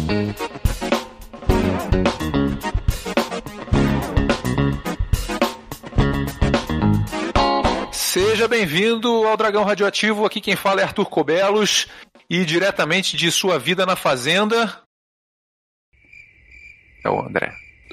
Seja bem-vindo ao Dragão Radioativo, aqui quem fala é Arthur Cobelos e diretamente de sua vida na fazenda é o André.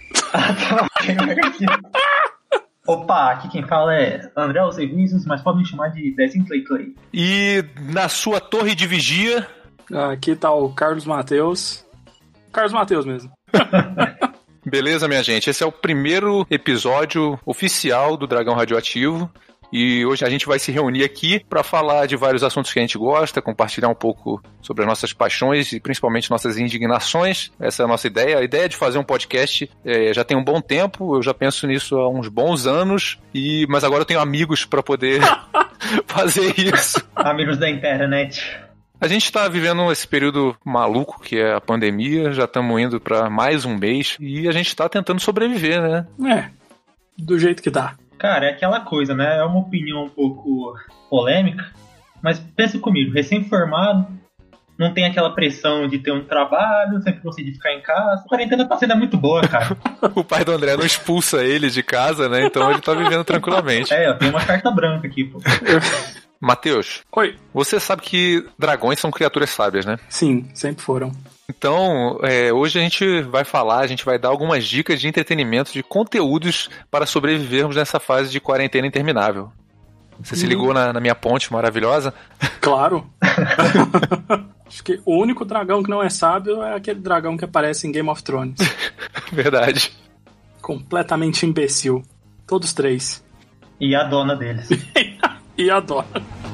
Opa, aqui quem fala é André Alcevisos, mas podem me chamar de Dezinho Clay Clay. E na sua torre de vigia... Aqui tá o Carlos Mateus. Carlos Mateus mesmo. Beleza, minha gente? Esse é o primeiro episódio oficial do Dragão Radioativo. E hoje a gente vai se reunir aqui para falar de vários assuntos que a gente gosta, compartilhar um pouco sobre as nossas paixões e principalmente nossas indignações. Essa é a nossa ideia. A ideia de fazer um podcast já tem um bom tempo, eu já penso nisso há uns bons anos, mas agora eu tenho amigos para poder fazer isso. Amigos da internet. A gente está vivendo esse período maluco que é a pandemia, já estamos indo para mais um mês e a gente está tentando sobreviver, né? Do jeito que dá. Cara, é aquela coisa, né? É uma opinião um pouco polêmica, mas pensa comigo, recém-formado, não tem aquela pressão de ter um trabalho, sempre conseguir ficar em casa. A quarentena tá sendo muito boa, cara. O pai do André não expulsa ele de casa, né? Então ele tá vivendo tranquilamente. Eu tenho uma carta branca aqui, pô. Matheus. Oi. Você sabe que dragões são criaturas sábias, né? Sim, sempre foram. Então, hoje a gente vai dar algumas dicas de entretenimento, de conteúdos para sobrevivermos nessa fase de quarentena interminável. Você se ligou na minha ponte maravilhosa? Claro. Acho que o único dragão que não é sábio é aquele dragão que aparece em Game of Thrones. Verdade. Completamente imbecil. Todos três. E a dona deles. E a dona.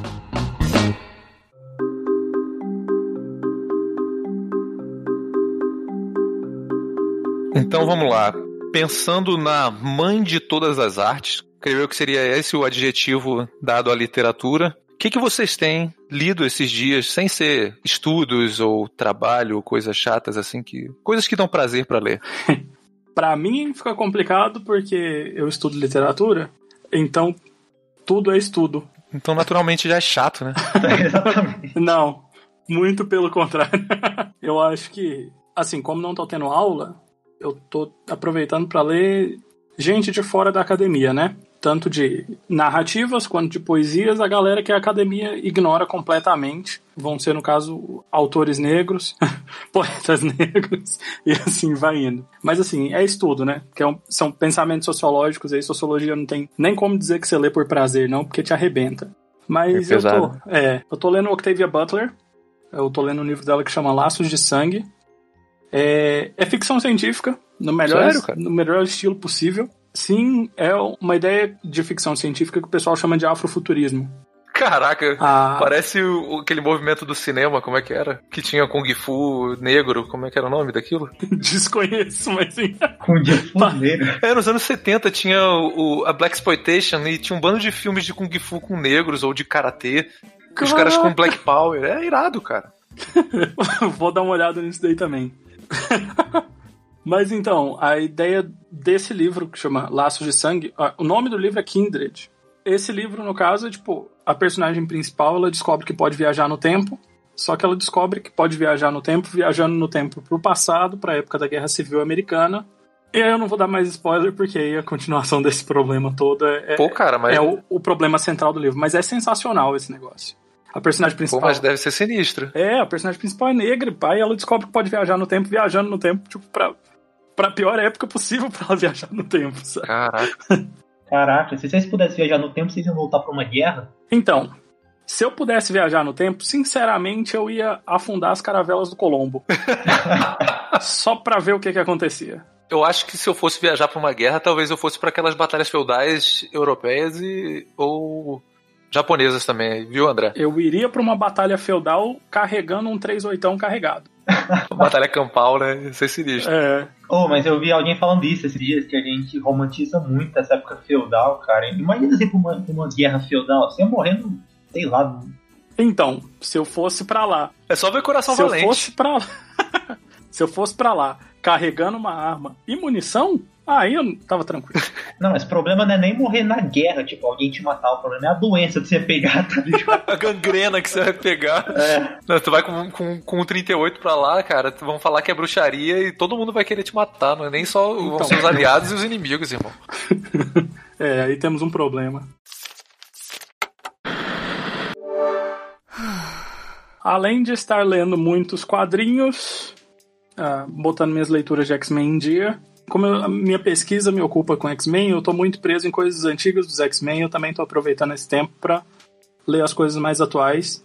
Então vamos lá. Pensando na mãe de todas as artes, creio eu que seria esse o adjetivo dado à literatura. O que vocês têm lido esses dias, sem ser estudos ou trabalho ou coisas chatas assim, coisas que dão prazer para ler? Pra mim fica complicado porque eu estudo literatura, então tudo é estudo. Então naturalmente já é chato, né? Exatamente. Não, muito pelo contrário. Eu acho que, assim, como não tô tendo aula, eu tô aproveitando para ler gente de fora da academia, né? Tanto de narrativas quanto de poesias, a galera que a academia ignora completamente. Vão ser, no caso, autores negros, poetas negros, e assim vai indo. Mas assim, é estudo, né? Que são pensamentos sociológicos, aí sociologia não tem nem como dizer que você lê por prazer, não, porque te arrebenta. Mas eu tô lendo Octavia Butler, eu tô lendo um livro dela que chama Laços de Sangue. É ficção científica, no melhor estilo possível. Sim, é uma ideia de ficção científica que o pessoal chama de afrofuturismo. Caraca, parece aquele movimento do cinema, como é que era? Que tinha Kung Fu negro, como é que era o nome daquilo? Desconheço, mas sim. Kung Fu negro? Nos anos 70 tinha a Blaxploitation e tinha um bando de filmes de Kung Fu com negros ou de Karatê. Os caras com Black Power, é irado, cara. Vou dar uma olhada nisso daí também. Mas então, a ideia desse livro que chama Laços de Sangue, o nome do livro é Kindred. Esse livro, no caso, é tipo, a personagem principal, ela descobre que pode viajar no tempo, só que ela descobre que pode viajar no tempo, viajando no tempo pro passado, pra época da Guerra Civil Americana. E aí eu não vou dar mais spoiler, porque aí a continuação desse problema todo é o problema central do livro. Mas é sensacional esse negócio. A personagem principal... mas deve ser sinistro. A personagem principal é negra, e ela descobre que pode viajar no tempo, viajando no tempo, tipo, pra pior época possível pra ela viajar no tempo, sabe? Caraca, se vocês pudessem viajar no tempo, vocês iam voltar pra uma guerra? Então, se eu pudesse viajar no tempo, sinceramente, eu ia afundar as caravelas do Colombo. Só pra ver o que acontecia. Eu acho que se eu fosse viajar pra uma guerra, talvez eu fosse pra aquelas batalhas feudais europeias ou... japonesas também, viu, André? Eu iria pra uma batalha feudal carregando um 38 carregado. Batalha campal, né? Isso é sinistro. Mas eu vi alguém falando isso esses dias, que a gente romantiza muito essa época feudal, cara. Imagina assim, uma guerra feudal, você ia morrendo, sei lá. Então, se eu fosse pra lá... É só ver Coração Valente. Se eu fosse pra lá, carregando uma arma e munição, Aí eu tava tranquilo. Não, mas o problema não é nem morrer na guerra, tipo, alguém te matar. O problema é a doença de você pegar, tá ligado? A gangrena que você vai pegar. Não, tu vai com 38 pra lá, cara, vão falar que é bruxaria e todo mundo vai querer te matar. Não é nem só vão ser os aliados e os inimigos, irmão. Aí temos um problema. Além de estar lendo muitos quadrinhos, botando minhas leituras de X-Men em dia, como a minha pesquisa me ocupa com X-Men, eu tô muito preso em coisas antigas dos X-Men, eu também tô aproveitando esse tempo pra ler as coisas mais atuais.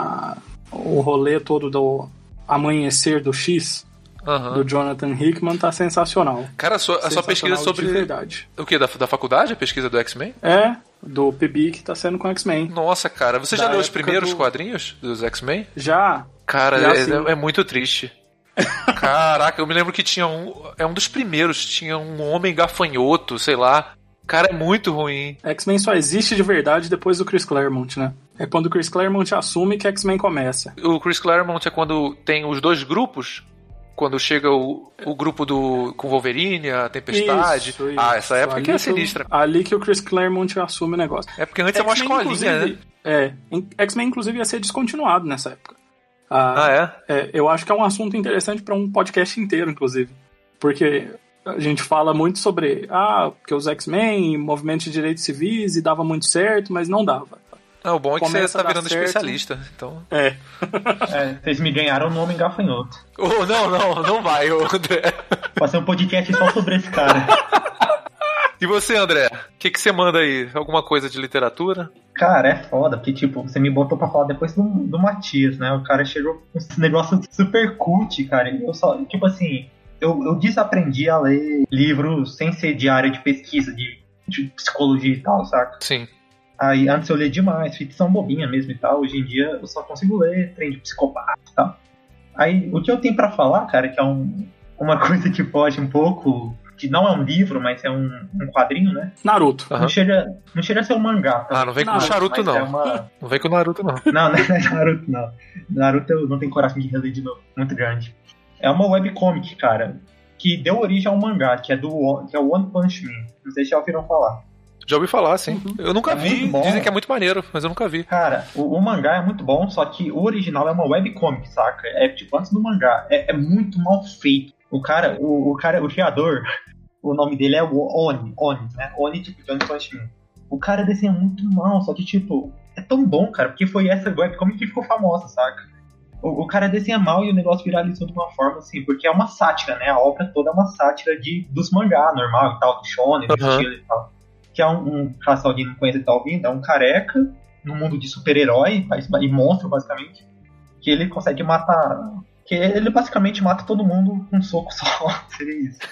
O rolê todo do Amanhecer do X, do Jonathan Hickman, tá sensacional. Cara, a sua pesquisa sobre... De verdade. O quê? Da faculdade? A pesquisa do X-Men? Do PB que tá sendo com X-Men. Nossa, cara, você já leu os primeiros quadrinhos dos X-Men? Já. Cara, é muito triste. Caraca, eu me lembro que tinha um dos primeiros, tinha um homem gafanhoto, sei lá. Cara, é muito ruim. X-Men só existe de verdade depois do Chris Claremont, né? É quando o Chris Claremont assume que X-Men começa. O Chris Claremont é quando tem os dois grupos, quando chega o grupo com o Wolverine, a Tempestade. Isso. Essa época ali que é sinistra. Ali que o Chris Claremont assume o negócio. É porque antes é uma escolinha, né? X-Men inclusive ia ser descontinuado nessa época. Eu acho que é um assunto interessante para um podcast inteiro, inclusive. Porque a gente fala muito sobre porque os X-Men, movimento de direitos civis, e dava muito certo, mas não dava. O bom é que você tá virando especialista, então... Vocês me ganharam o nome gafanhoto. Não vai, André. Fazer um podcast só sobre esse cara. E você, André? O que você manda aí? Alguma coisa de literatura? Cara, é foda, porque, tipo, você me botou pra falar depois do Matias, né? O cara chegou com esse negócio super cult, cara. Eu só, tipo assim, eu desaprendi a ler livros sem ser de área de pesquisa, de psicologia e tal, saca? Sim. Aí, antes eu lia demais, ficção bobinha mesmo e tal. Hoje em dia eu só consigo ler trem de psicopata e tal. Aí, o que eu tenho pra falar, cara, que é uma coisa que foge um pouco... que não é um livro, mas é um quadrinho, né? Naruto. Não chega a ser um mangá. Tá? Não vem com o Naruto, não. Não vem com o Naruto, não. Não é Naruto, não. Naruto eu não tenho coragem de reler de novo. Muito grande. É uma webcomic, cara, que deu origem a um mangá, que é o One Punch Man. Não sei se já ouviram falar. Já ouvi falar, sim. Eu nunca vi. Dizem que é muito maneiro, mas eu nunca vi. Cara, o mangá é muito bom, só que o original é uma webcomic, saca? É tipo antes do mangá. É muito mal feito. O criador... O nome dele é Oni, né? Oni, tipo, de One Punch Man. O cara desenha muito mal, só que, tipo, é tão bom, cara, porque foi essa webcomic que ficou famosa, saca? O cara desenha mal e o negócio viralizou de uma forma, assim, porque é uma sátira, né? A obra toda é uma sátira dos mangá normal e tal, do shonen, do estilo e tal. Que é caso alguém não conhece e tá ouvindo, é um careca no mundo de super-herói e monstro, basicamente, que ele consegue matar... Que ele basicamente mata todo mundo com um soco só, seria isso.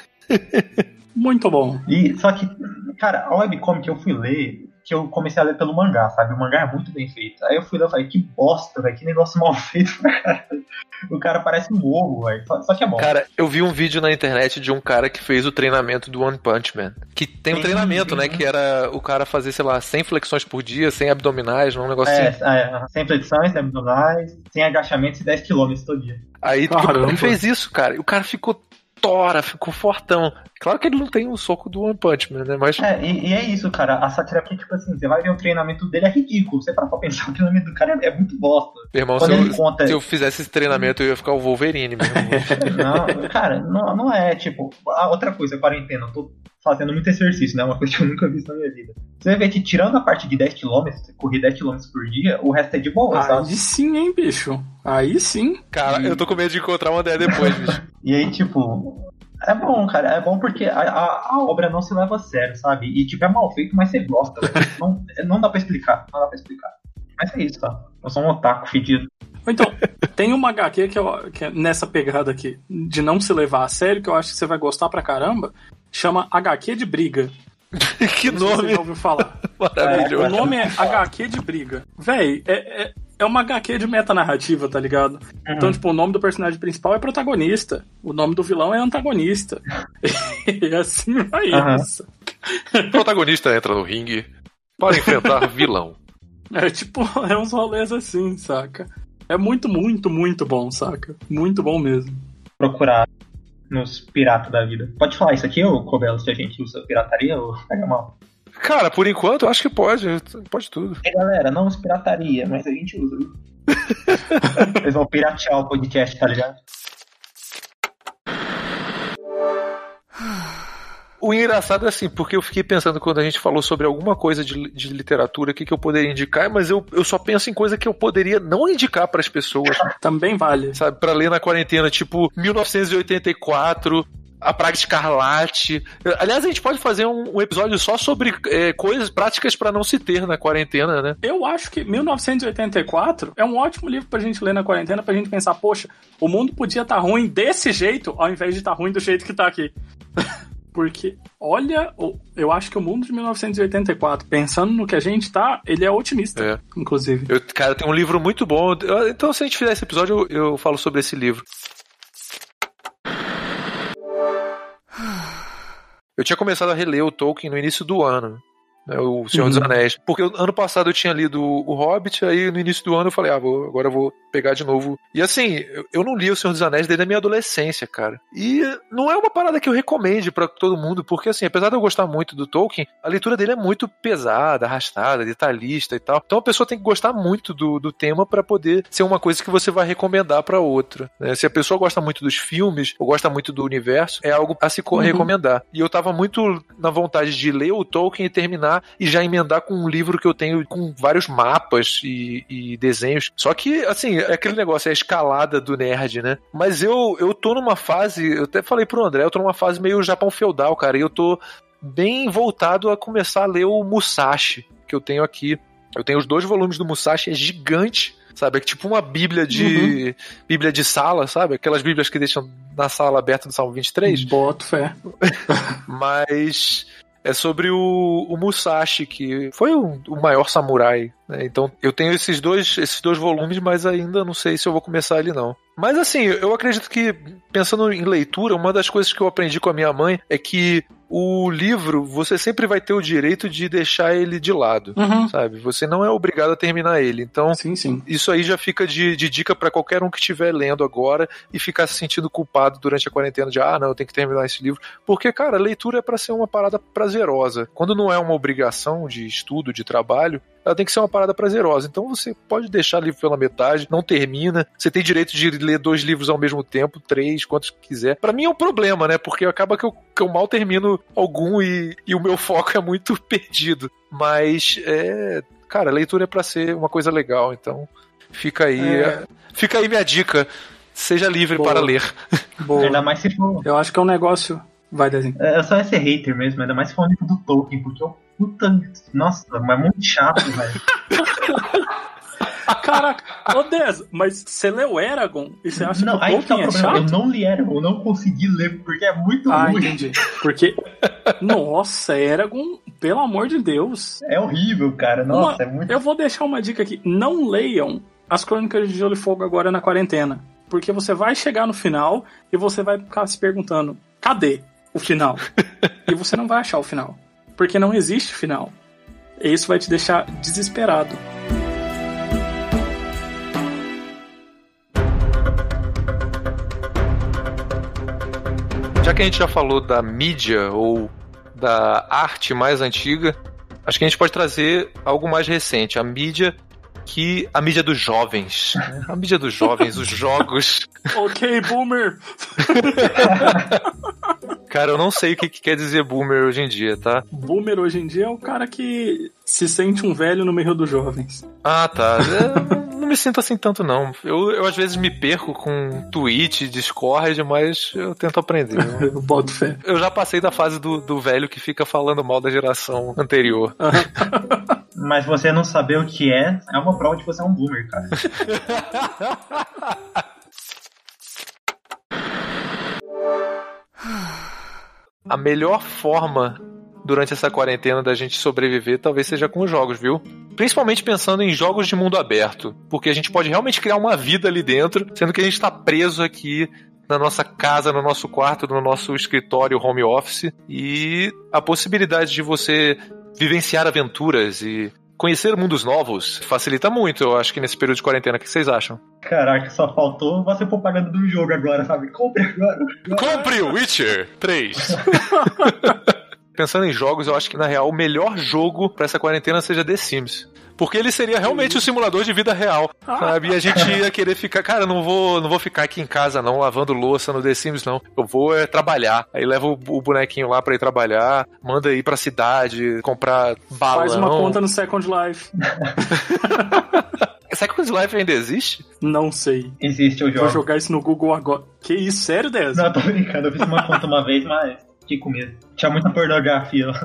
Muito bom. Só que, cara, a webcomic que eu fui ler, que eu comecei a ler pelo mangá, sabe? O mangá é muito bem feito. Aí eu fui ler e falei, que bosta, velho, que negócio mal feito pra caralho. O cara parece um bobo, velho. Só que é bom. Cara, eu vi um vídeo na internet de um cara que fez o treinamento do One Punch Man. Que tem um treinamento, né? Que era o cara fazer, sei lá, 100 flexões por dia, 100 abdominais, um negócio assim. 100 flexões, 100 abdominais, 100 agachamentos e 10 km todo dia. Aí ele fez isso, cara. E o cara ficou fortão. Claro que ele não tem o soco do One Punch Man, né? Mas... e é isso, cara. A sátira aqui, tipo assim, você vai ver o treinamento dele, é ridículo. Você para pensar, o treinamento do cara é muito bosta. Irmão, se eu fizesse esse treinamento, eu ia ficar o Wolverine mesmo. Não, cara, não é, tipo... outra coisa, quarentena, eu tô fazendo muito exercício, né? Uma coisa que eu nunca vi na minha vida. Você vai ver que, tirando a parte de 10 km, você correr 10 km por dia, o resto é de boa, sabe? Aí sim, hein, bicho? Aí sim. Cara, eu tô com medo de encontrar uma ideia depois, bicho. E aí, tipo... É bom, cara, é bom porque a obra não se leva a sério, sabe? E, tipo, é mal feito, mas você gosta. Não dá pra explicar, Mas é isso, tá? Eu sou um otaku fedido. Então, tem uma HQ que é nessa pegada aqui, de não se levar a sério, que eu acho que você vai gostar pra caramba, chama HQ de Briga. Que nome! Você já ouviu falar. Maravilhoso. O nome é HQ de Briga. Véi, é uma HQ de metanarrativa, tá ligado? Uhum. Então, tipo, o nome do personagem principal é protagonista. O nome do vilão é antagonista. E assim vai isso. O protagonista entra no ringue para enfrentar vilão. É uns rolês assim, saca? É muito, muito, muito bom, saca? Muito bom mesmo. Procurar. nos piratas da vida. Pode falar isso aqui, ô Cobelo, se a gente usa pirataria ou pega mal? Cara, por enquanto, eu acho que pode tudo. Galera, não usa pirataria, mas a gente usa, viu? Eles vão piratear o podcast, tá ligado? O engraçado é assim, porque eu fiquei pensando quando a gente falou sobre alguma coisa de literatura que eu poderia indicar, mas eu só penso em coisa que eu poderia não indicar para as pessoas. Também vale. Sabe, pra ler na quarentena, tipo 1984, A Praga Escarlate. Aliás, a gente pode fazer um episódio só sobre coisas práticas pra não se ter na quarentena, né? Eu acho que 1984 é um ótimo livro pra gente ler na quarentena, pra gente pensar, poxa, o mundo podia estar ruim desse jeito, ao invés de estar ruim do jeito que tá aqui. Porque, olha, eu acho que o mundo de 1984, pensando no que a gente tá, ele é otimista, inclusive. Cara, tem um livro muito bom. Então, se a gente fizer esse episódio, eu falo sobre esse livro. Eu tinha começado a reler o Tolkien no início do ano, né, o Senhor dos Anéis. Porque ano passado eu tinha lido o Hobbit, aí no início do ano eu falei, agora eu vou pegar de novo. E assim, eu não li o Senhor dos Anéis desde a minha adolescência, cara. E não é uma parada que eu recomende pra todo mundo, porque assim, apesar de eu gostar muito do Tolkien, a leitura dele é muito pesada, arrastada, detalhista e tal. Então a pessoa tem que gostar muito do tema pra poder ser uma coisa que você vai recomendar pra outra, né? Se a pessoa gosta muito dos filmes, ou gosta muito do universo, é algo a se recomendar. E eu tava muito na vontade de ler o Tolkien e terminar e já emendar com um livro que eu tenho com vários mapas e desenhos. Só que, assim, é aquele negócio, é a escalada do nerd, né? Mas eu tô numa fase, eu até falei pro André, eu tô numa fase meio Japão feudal, cara, e eu tô bem voltado a começar a ler o Musashi, que eu tenho aqui. Eu tenho os 2 volumes do Musashi, é gigante, sabe? É tipo uma bíblia de sala, sabe? Aquelas bíblias que deixam na sala aberta do Salmo 23. Boto fé. Mas é sobre o Musashi, que foi o maior samurai, né? Então eu tenho esses dois volumes, mas ainda não sei se eu vou começar ele não. Mas assim, eu acredito que, pensando em leitura, uma das coisas que eu aprendi com a minha mãe é que o livro, você sempre vai ter o direito de deixar ele de lado, sabe? Você não é obrigado a terminar ele. Então, sim. Isso aí já fica de dica pra qualquer um que estiver lendo agora e ficar se sentindo culpado durante a quarentena de, não, eu tenho que terminar esse livro. Porque, cara, a leitura é pra ser uma parada prazerosa. Quando não é uma obrigação de estudo, de trabalho, ela tem que ser uma parada prazerosa. Então você pode deixar o livro pela metade, não termina. Você tem direito de ler 2 livros ao mesmo tempo, 3, quantos quiser. Pra mim é um problema, né? Porque acaba que eu mal termino algum e o meu foco é muito perdido. Mas, cara, a leitura é pra ser uma coisa legal. Então, fica aí minha dica. Seja livre para ler. Boa. Ainda mais se for... Eu acho que é um negócio... Vai, Dezinho. Eu só ia ser hater mesmo, ainda mais se for um livro do Tolkien, porque eu... Nossa, mas é muito chato, velho. Caraca, ô Dez, mas você leu Eragon e você acha que o Tolkien é chato? Eu não li Eragon, eu não consegui ler, porque é muito ruim. Entendi. Porque, nossa, Eragon, pelo amor de Deus. É horrível, cara, nossa, é muito... Eu vou deixar uma dica aqui, não leiam As Crônicas de Gelo e Fogo agora na quarentena, porque você vai chegar no final e você vai ficar se perguntando, cadê o final? E você não vai achar o final, porque não existe final. E isso vai te deixar desesperado. Já que a gente já falou da mídia ou da arte mais antiga, acho que a gente pode trazer algo mais recente, a mídia dos jovens. A mídia dos jovens, os jogos. Ok, boomer! Cara, eu não sei o que quer dizer boomer hoje em dia, tá? Boomer hoje em dia é o cara que se sente um velho no meio dos jovens. Ah, tá. Não me sinto assim tanto, não. Eu às vezes me perco com Twitch, Discord, mas eu tento aprender. Eu boto fé. Eu já passei da fase do velho que fica falando mal da geração anterior. Mas você não saber o que é uma prova de que você é um boomer, cara. A melhor forma durante essa quarentena da gente sobreviver talvez seja com os jogos, viu? Principalmente pensando em jogos de mundo aberto, porque a gente pode realmente criar uma vida ali dentro, sendo que a gente está preso aqui na nossa casa, no nosso quarto, no nosso escritório home office, e a possibilidade de você vivenciar aventuras e conhecer mundos novos facilita muito, eu acho que nesse período de quarentena. O que vocês acham? Caraca, só faltou você propaganda do jogo agora, sabe? Compre agora. Compre o Witcher 3! Pensando em jogos, eu acho que na real o melhor jogo pra essa quarentena seja The Sims. Porque ele seria realmente o simulador de vida real, sabe? E a gente ia querer ficar... Cara, não vou ficar aqui em casa, não, lavando louça no The Sims, não. Eu vou trabalhar. Aí leva o bonequinho lá pra ir trabalhar, manda ir pra cidade, comprar balão. Faz uma conta no Second Life. Second Life ainda existe? Não sei. Existe, eu jogo. Vou jogar isso no Google agora. Que isso? Sério, Dez? Não, tô brincando. Eu fiz uma conta uma vez, mas fiquei com medo. Tinha muita pornografia lá.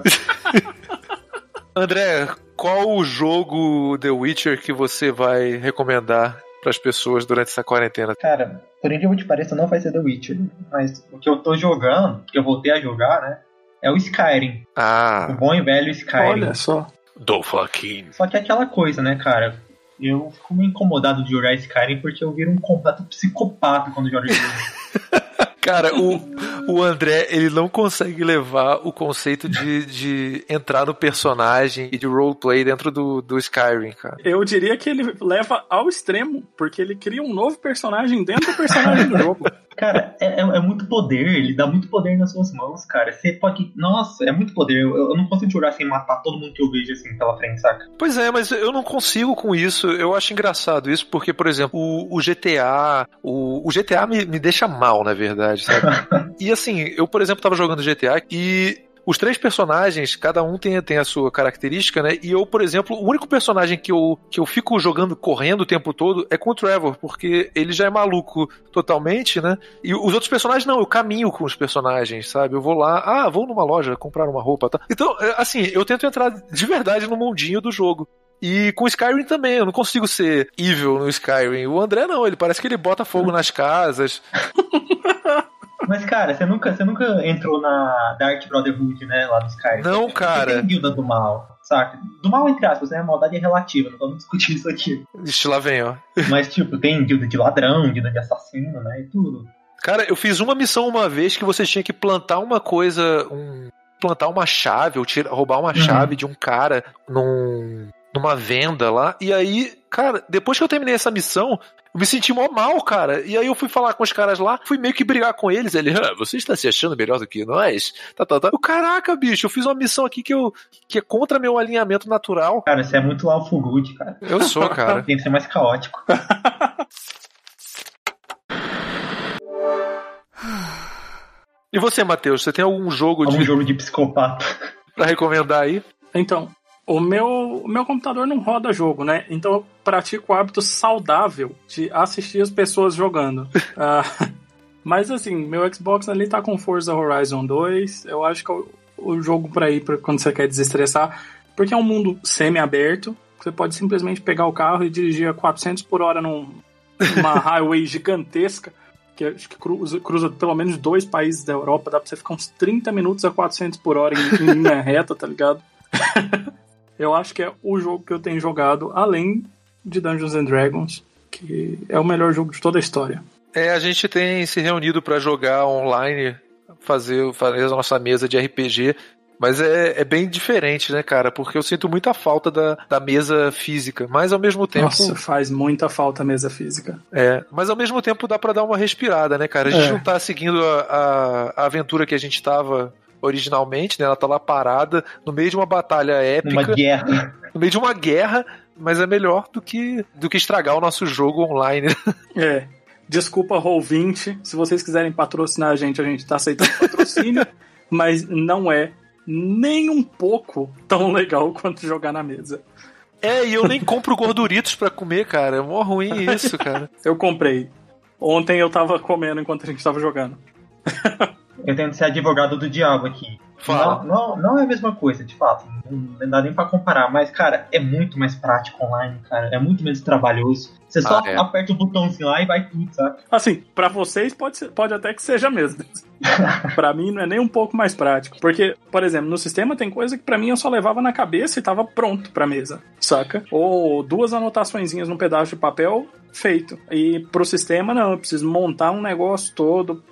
André, qual o jogo The Witcher que você vai recomendar pras pessoas durante essa quarentena? Cara, por incrível que pareça, não vai ser The Witcher. Mas o que eu tô jogando, que eu voltei a jogar, né? É o Skyrim. O bom e velho Skyrim. Olha só. Dovahkiin. Só que é aquela coisa, né, cara? Eu fico meio incomodado de jogar Skyrim porque eu viro um completo psicopata quando jogo esse jogo. Cara, o André, ele não consegue levar o conceito de entrar no personagem e de roleplay dentro do Skyrim, cara. Eu diria que ele leva ao extremo, porque ele cria um novo personagem dentro do personagem do jogo. Cara, é muito poder, ele dá muito poder nas suas mãos, cara. Você pode... Nossa, é muito poder. Eu não consigo jogar sem matar todo mundo que eu vejo assim pela frente, saca? Pois é, mas eu não consigo com isso. Eu acho engraçado isso, porque, por exemplo, o GTA... O GTA me deixa mal, na verdade, sabe? E assim, eu, por exemplo, tava jogando GTA e... Os 3 personagens, cada um tem a sua característica, né? E eu, por exemplo, o único personagem que eu fico jogando, correndo o tempo todo é com o Trevor, porque ele já é maluco totalmente, né? E os outros personagens, não, eu caminho com os personagens, sabe? Eu vou lá, vou numa loja comprar uma roupa, tá? Então, assim, eu tento entrar de verdade no mundinho do jogo. E com o Skyrim também, eu não consigo ser evil no Skyrim. O André não, ele parece que ele bota fogo nas casas. Mas, cara, você nunca entrou na Dark Brotherhood, né, lá no Skyrim? Não, cara. Você tem guilda do mal, saca? Do mal, entre aspas, né? A maldade é relativa, não vamos discutir isso aqui. Ixi, lá vem, ó. Mas, tipo, tem guilda de ladrão, guilda de assassino, né, e tudo. Cara, eu fiz uma missão uma vez que você tinha que plantar uma coisa, plantar uma chave, ou roubar uma chave de um cara numa venda lá, e aí, cara, depois que eu terminei essa missão, eu me senti mó mal, cara, e aí eu fui falar com os caras lá, fui meio que brigar com eles, você está se achando melhor do que nós? Tá. Caraca, bicho, eu fiz uma missão aqui que é contra meu alinhamento natural. Cara, você é muito Lawful Good, cara. Eu sou, cara. Tem que ser mais caótico. E você, Matheus, você tem algum jogo jogo de psicopata pra recomendar aí? Então, o meu computador não roda jogo, né? Então eu pratico o hábito saudável de assistir as pessoas jogando. Mas assim, meu Xbox ali tá com Forza Horizon 2. Eu acho que é o jogo pra ir pra quando você quer desestressar. Porque é um mundo semi-aberto. Você pode simplesmente pegar o carro e dirigir a 400 por hora numa highway gigantesca. Que acho que cruza pelo menos 2 países da Europa. Dá pra você ficar uns 30 minutos a 400 por hora em linha reta, tá ligado? Eu acho que é o jogo que eu tenho jogado, além de Dungeons and Dragons, que é o melhor jogo de toda a história. A gente tem se reunido pra jogar online, fazer a nossa mesa de RPG, mas é bem diferente, né, cara? Porque eu sinto muita falta da mesa física, mas ao mesmo tempo... Nossa, faz muita falta a mesa física. Mas ao mesmo tempo dá pra dar uma respirada, né, cara? A gente não tá seguindo a aventura que a gente tava originalmente, né? Ela tá lá parada no meio de uma batalha épica. Uma guerra. No meio de uma guerra, mas é melhor do que estragar o nosso jogo online. Desculpa, Roll20. Se vocês quiserem patrocinar a gente tá aceitando patrocínio, mas não é nem um pouco tão legal quanto jogar na mesa. E eu nem compro gorduritos pra comer, cara. É mó ruim isso, cara. Eu comprei. Ontem eu tava comendo enquanto a gente tava jogando. Eu tento ser advogado do diabo aqui. Não é a mesma coisa, de fato. Não dá nem pra comparar. Mas, cara, é muito mais prático online, cara. É muito menos trabalhoso. Você só aperta o botãozinho lá e vai tudo, sabe? Assim, pra vocês pode até que seja mesmo. Pra mim não é nem um pouco mais prático. Porque, por exemplo, no sistema tem coisa que pra mim eu só levava na cabeça e tava pronto pra mesa, saca? Ou 2 anotaçõezinhas num pedaço de papel, feito. E pro sistema não, eu preciso montar um negócio todo,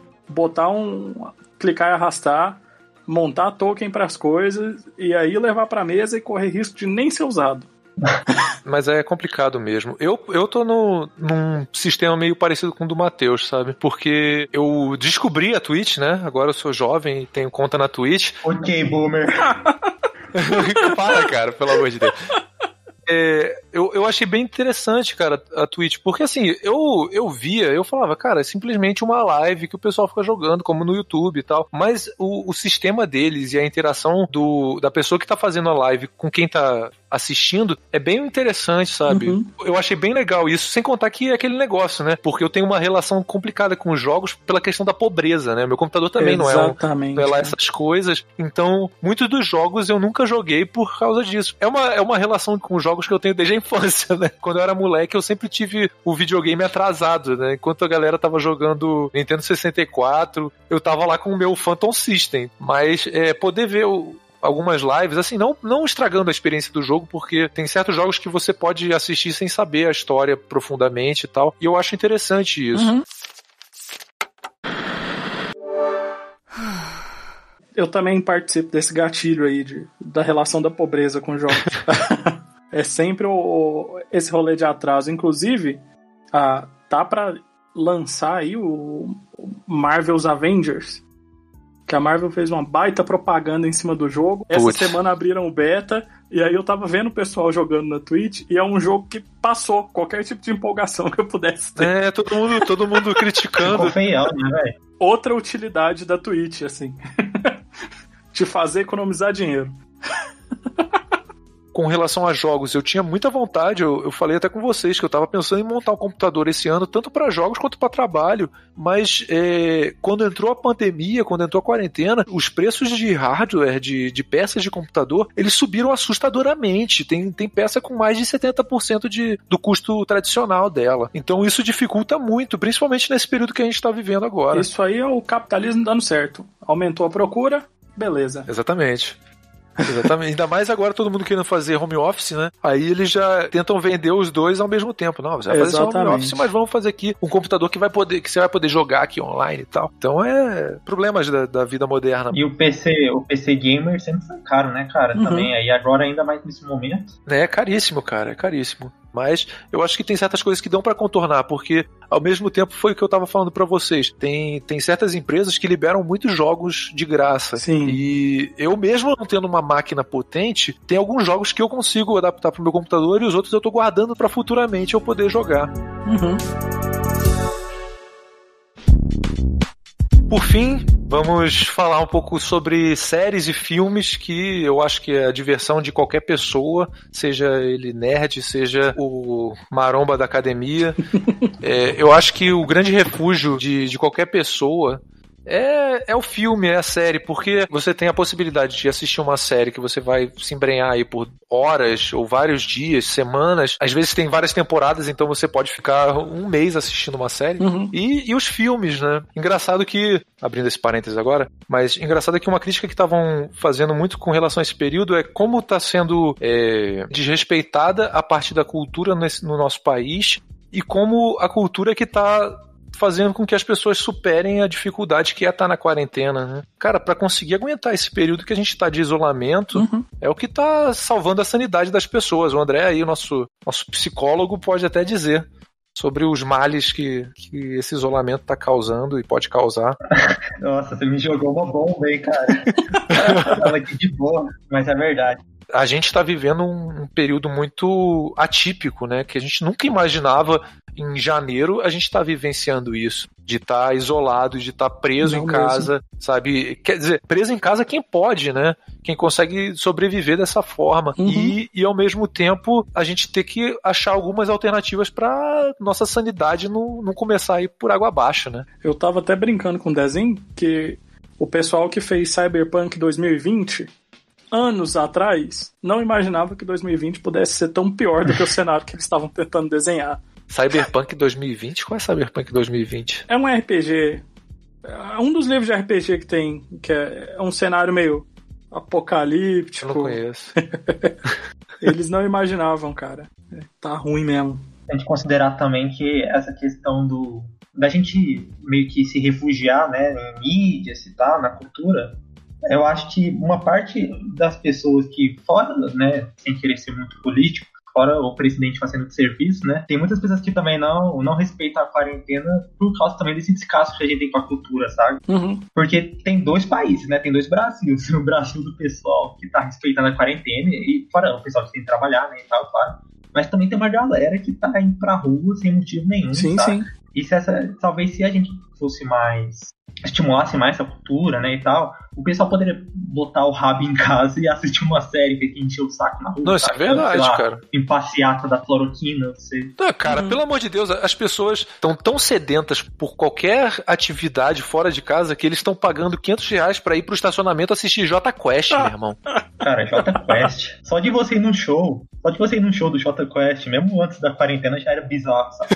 clicar e arrastar, montar token para as coisas e aí levar para mesa e correr risco de nem ser usado. Mas é complicado mesmo. Eu tô num sistema meio parecido com o do Matheus, sabe? Porque eu descobri a Twitch, né? Agora eu sou jovem e tenho conta na Twitch. Ok, boomer. Para, cara, pelo amor de Deus. Eu achei bem interessante, cara, a Twitch, porque assim, eu falava, cara, é simplesmente uma live que o pessoal fica jogando, como no YouTube e tal, mas o sistema deles e a interação da pessoa que tá fazendo a live com quem tá assistindo é bem interessante, sabe? Uhum. Eu achei bem legal isso, sem contar que é aquele negócio, né? Porque eu tenho uma relação complicada com os jogos pela questão da pobreza, né? Meu computador também não é lá essas coisas, então muitos dos jogos eu nunca joguei por causa disso. É uma relação com os jogos que eu tenho desde a infância, né? Quando eu era moleque, eu sempre tive o videogame atrasado, né? Enquanto a galera tava jogando Nintendo 64, eu tava lá com o meu Phantom System. Mas poder ver algumas lives, assim, não estragando a experiência do jogo, porque tem certos jogos que você pode assistir sem saber a história profundamente e tal, e eu acho interessante isso. Uhum. Eu também participo desse gatilho aí da relação da pobreza com jogos. É sempre esse rolê de atraso. Inclusive, tá pra lançar aí o Marvel's Avengers, que a Marvel fez uma baita propaganda em cima do jogo. Essa semana abriram o beta, e aí eu tava vendo o pessoal jogando na Twitch, e é um jogo que passou qualquer tipo de empolgação que eu pudesse ter. Todo mundo criticando. Ficou feião, né, velho? Outra utilidade da Twitch, assim. Te fazer economizar dinheiro. Com relação a jogos, eu tinha muita vontade, eu falei até com vocês que eu tava pensando em montar um computador esse ano, tanto para jogos quanto para trabalho, mas quando entrou a pandemia, quando entrou a quarentena, os preços de hardware, de peças de computador, eles subiram assustadoramente, tem peça com mais de 70% do custo tradicional dela, então isso dificulta muito, principalmente nesse período que a gente tá vivendo agora. Isso aí é o capitalismo dando certo, aumentou a procura, beleza. Exatamente. Ainda mais agora todo mundo querendo fazer home office, né? Aí eles já tentam vender os dois ao mesmo tempo. Não, você vai fazer só home office, mas vamos fazer aqui um computador que você vai poder jogar aqui online e tal. Então problemas da vida moderna. E o PC gamer sempre foi caro, né, cara? Uhum. Também aí agora ainda mais nesse momento. É caríssimo, cara, é caríssimo. Mas eu acho que tem certas coisas que dão pra contornar, porque ao mesmo tempo foi o que eu tava falando pra vocês. Tem certas empresas que liberam muitos jogos de graça. Sim. E eu mesmo não tendo uma máquina potente, tem alguns jogos que eu consigo adaptar pro meu computador e os outros eu tô guardando pra futuramente eu poder jogar. Uhum. Por fim, vamos falar um pouco sobre séries e filmes que eu acho que é a diversão de qualquer pessoa, seja ele nerd, seja o maromba da academia. Eu acho que o grande refúgio de qualquer pessoa é o filme, é a série, porque você tem a possibilidade de assistir uma série que você vai se embrenhar aí por horas ou vários dias, semanas. Às vezes tem várias temporadas, então você pode ficar um mês assistindo uma série. Uhum. E os filmes, né? Engraçado que, abrindo esse parênteses agora, mas engraçado que uma crítica que estavam fazendo muito com relação a esse período é como está sendo desrespeitada a parte da cultura no nosso país e como a cultura que está fazendo com que as pessoas superem a dificuldade que é estar na quarentena, né? Cara, pra conseguir aguentar esse período que a gente tá de isolamento, uhum, é o que tá salvando a sanidade das pessoas. O André aí, o nosso psicólogo, pode até dizer sobre os males que esse isolamento tá causando e pode causar. Nossa, você me jogou uma bomba aí, cara. Tava aqui de boa, mas é verdade. A gente está vivendo um período muito atípico, né? Que a gente nunca imaginava em janeiro a gente tá vivenciando isso. De estar isolado, de estar preso em casa, mesmo, sabe? Quer dizer, preso em casa quem pode, né? Quem consegue sobreviver dessa forma. Uhum. E ao mesmo tempo, a gente ter que achar algumas alternativas para nossa sanidade não começar a ir por água abaixo, né? Eu tava até brincando com o desenho que o pessoal que fez Cyberpunk 2020... anos atrás, não imaginava que 2020 pudesse ser tão pior do que o cenário que eles estavam tentando desenhar. Cyberpunk 2020? Qual é Cyberpunk 2020? É um RPG. É um dos livros de RPG que tem, que é um cenário meio apocalíptico. Eu não conheço. Eles não imaginavam, cara. Tá ruim mesmo. A gente considerar também que essa questão da gente meio que se refugiar, né, em mídias e tal, na cultura, eu acho que uma parte das pessoas que, fora, né, sem querer ser muito político, fora o presidente fazendo de serviço, né? Tem muitas pessoas que também não respeitam a quarentena por causa também desse descaso que a gente tem com a cultura, sabe? Porque tem dois países, né? Tem dois Brasis. O Brasil do pessoal que tá respeitando a quarentena e fora o pessoal que tem que trabalhar, né? E tal, claro. Mas também tem uma galera que tá indo pra rua sem motivo nenhum, sim, sabe? Sim. E talvez se a gente fosse estimulasse mais essa cultura, né, e tal, o pessoal poderia botar o rabo em casa e assistir uma série que encheu o saco na rua. Não, isso é verdade, cara. Em passeata da cloroquina, não sei. Não, cara, pelo amor de Deus, as pessoas estão tão sedentas por qualquer atividade fora de casa que eles estão pagando R$500 pra ir pro estacionamento assistir Jota Quest, meu irmão. Cara, Jota Quest. Só de você ir num show do Jota Quest, mesmo antes da quarentena, já era bizarro, sabe?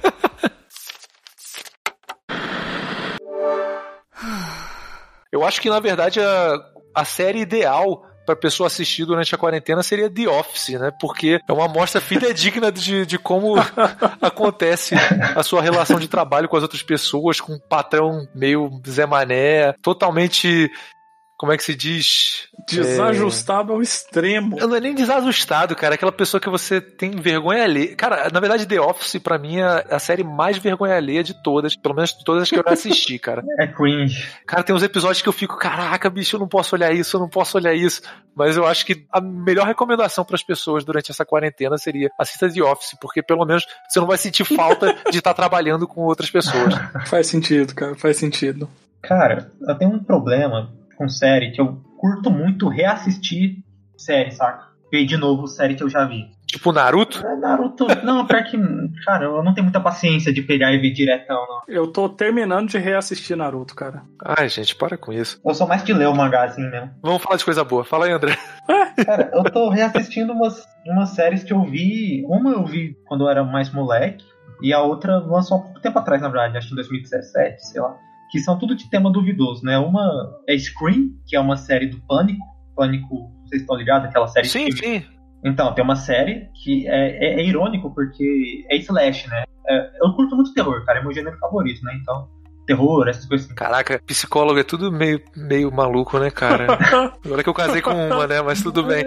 Eu acho que, na verdade, a série ideal pra pessoa assistir durante a quarentena seria The Office, né? Porque é uma amostra fidedigna de como acontece a sua relação de trabalho com as outras pessoas, com um patrão meio Zé Mané, totalmente... Como é que se diz? Desajustado ao extremo. Não é nem desajustado, cara. É aquela pessoa que você tem vergonha alheia. Cara, na verdade, The Office, pra mim, é a série mais vergonha alheia de todas. Pelo menos de todas as que eu já assisti, cara. É cringe. Cara, tem uns episódios que eu fico, caraca, bicho, eu não posso olhar isso. Mas eu acho que a melhor recomendação pras pessoas durante essa quarentena seria assista The Office, porque pelo menos você não vai sentir falta de estar trabalhando com outras pessoas. Faz sentido, cara. Faz sentido. Cara, eu tenho um problema com série que eu curto muito reassistir série, saca? Ver de novo série que eu já vi. Tipo Naruto? Naruto, não, pior que, cara, eu não tenho muita paciência de pegar e ver diretão, não. Eu tô terminando de reassistir Naruto, cara. Ai, gente, para com isso. Eu sou mais de ler o mangá assim mesmo. Vamos falar de coisa boa. Fala aí, André. Cara, eu tô reassistindo umas séries que eu vi. Uma eu vi quando eu era mais moleque, e a outra lançou há pouco tempo atrás, na verdade, acho que em 2017, sei lá. Que são tudo de tema duvidoso, né? Uma é Scream, que é uma série do Pânico. Pânico, vocês estão ligados? Aquela série... Sim, sim. Então, tem uma série que é irônico, porque é slash, né? Eu curto muito terror, cara. É meu gênero favorito, né? Então, terror, essas coisas assim. Caraca, psicólogo é tudo meio maluco, né, cara? Agora que eu casei com uma, né? Mas tudo bem.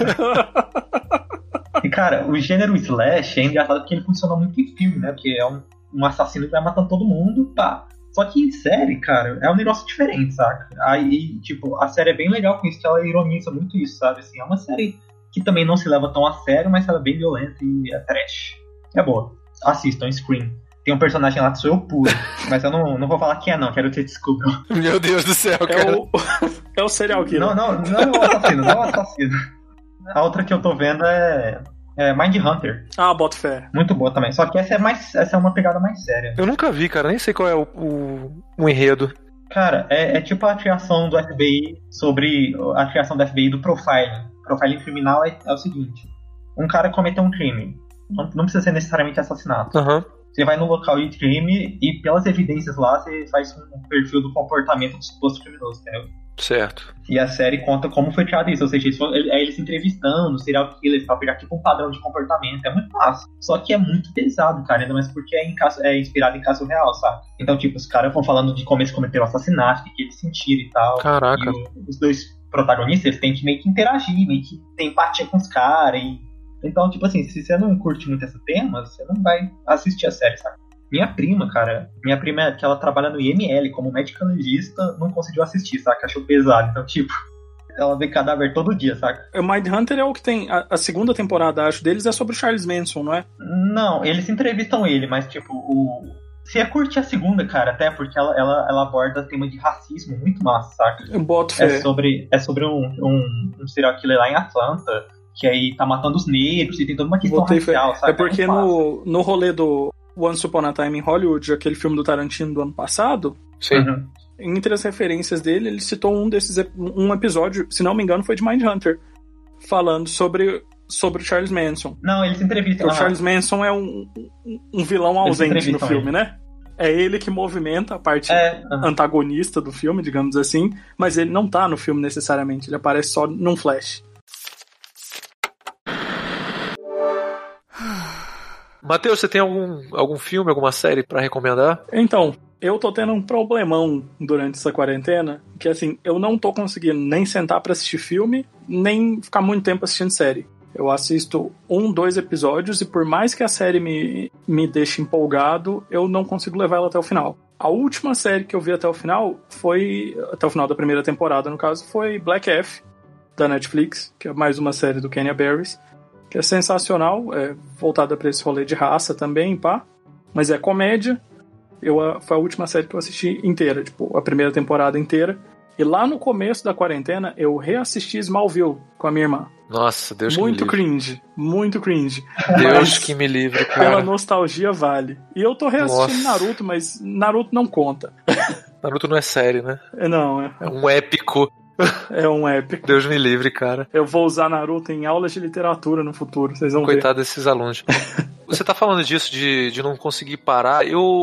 E, cara, o gênero slash é engraçado porque ele funciona muito em filme, né? Porque é um assassino que vai matando todo mundo, pá. Só que em série, cara, é um negócio diferente, saca? Aí, tipo, a série é bem legal com isso, que ela ironiza muito isso, sabe? Assim, é uma série que também não se leva tão a sério, mas ela é bem violenta e é trash. É boa. Assistam, Scream. Tem um personagem lá que sou eu puro, mas eu não vou falar quem é, não. Quero que vocês descubram. Meu Deus do céu, cara. É o serial killer. Não é o assassino, não é o assassino. A outra que eu tô vendo é Mindhunter. Ah, boto fé. Muito boa também. Só que essa é uma pegada mais séria. Eu nunca vi, cara. Nem sei qual é o enredo. Cara, é tipo a criação do FBI sobre a criação do FBI do profiling. Profiling criminal é o seguinte. Um cara cometeu um crime. Não precisa ser necessariamente assassinato. Uhum. Você vai no local de crime e pelas evidências lá você faz um perfil do comportamento do suposto criminoso, entendeu? Certo. E a série conta como foi criado isso, ou seja, eles entrevistando serial killers pra pegar tipo um padrão de comportamento, é muito fácil. Só que é muito pesado, cara, ainda mais porque é inspirado em caso real, sabe? Então, tipo, os caras vão falando de como eles cometeram o assassinato, o que eles sentiram e tal. Caraca. E os dois protagonistas, eles têm que meio que interagir, meio que ter empatia com os caras. Então, tipo assim, se você não curte muito esse tema, você não vai assistir a série, sabe? Minha prima, que ela trabalha no IML como médica legista, não conseguiu assistir, saca? Achou pesado. Então, tipo, ela vê cadáver todo dia, saca? O Mindhunter é o que tem... A segunda temporada, acho, deles é sobre o Charles Manson, não é? Não, eles entrevistam ele, mas, tipo, você curte a segunda, cara, até porque ela aborda o tema de racismo muito massa, saca? Eu boto fé. É sobre um serial killer lá em Atlanta, que aí tá matando os negros e tem toda uma questão racial, saca? É porque no rolê do Once Upon a Time in Hollywood, aquele filme do Tarantino do ano passado, sim. Entre as referências dele, ele citou um episódio, se não me engano, foi de Mindhunter, falando sobre o Charles Manson. Não, eles entrevistam. O Charles Manson é um vilão ausente no filme, né? É ele que movimenta a parte antagonista do filme, digamos assim, mas ele não tá no filme necessariamente, ele aparece só num flash. Matheus, você tem algum filme, alguma série pra recomendar? Então, eu tô tendo um problemão durante essa quarentena, que assim, eu não tô conseguindo nem sentar pra assistir filme, nem ficar muito tempo assistindo série. Eu assisto 2 episódios e por mais que a série me deixe empolgado, eu não consigo levar ela até o final. A última série que eu vi até o final até o final da primeira temporada, no caso, foi Black F, da Netflix, que é mais uma série do Kenya Barris, que é sensacional, voltada para esse rolê de raça também, pá, mas é comédia. Foi a última série que eu assisti inteira, tipo, a primeira temporada inteira. E lá no começo da quarentena, eu reassisti Smallville com a minha irmã. Nossa, Deus que me livre. Muito cringe. Deus que me livre, cara. Pela nostalgia vale. E eu tô reassistindo Naruto, mas Naruto não conta. Naruto não é série, né? Não, é um épico. É um épico. Deus me livre, cara. Eu vou usar Naruto em aulas de literatura no futuro, vocês vão ver. Coitado desses alunos. Você tá falando disso, de não conseguir parar.